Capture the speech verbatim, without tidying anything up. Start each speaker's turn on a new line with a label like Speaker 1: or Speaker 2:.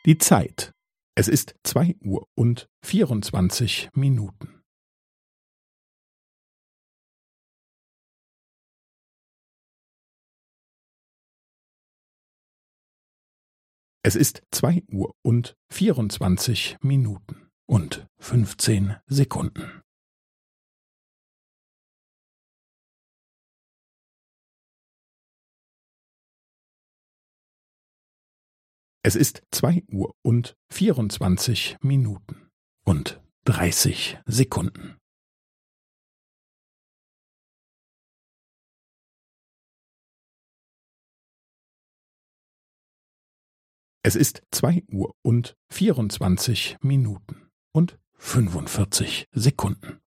Speaker 1: Die Zeit. Es ist zwei Uhr und vierundzwanzig Minuten. Es ist zwei Uhr und vierundzwanzig Minuten und fünfzehn Sekunden. Es ist zwei Uhr und vierundzwanzig Minuten und dreißig Sekunden. Es ist zwei Uhr und vierundzwanzig Minuten und fünfundvierzig Sekunden.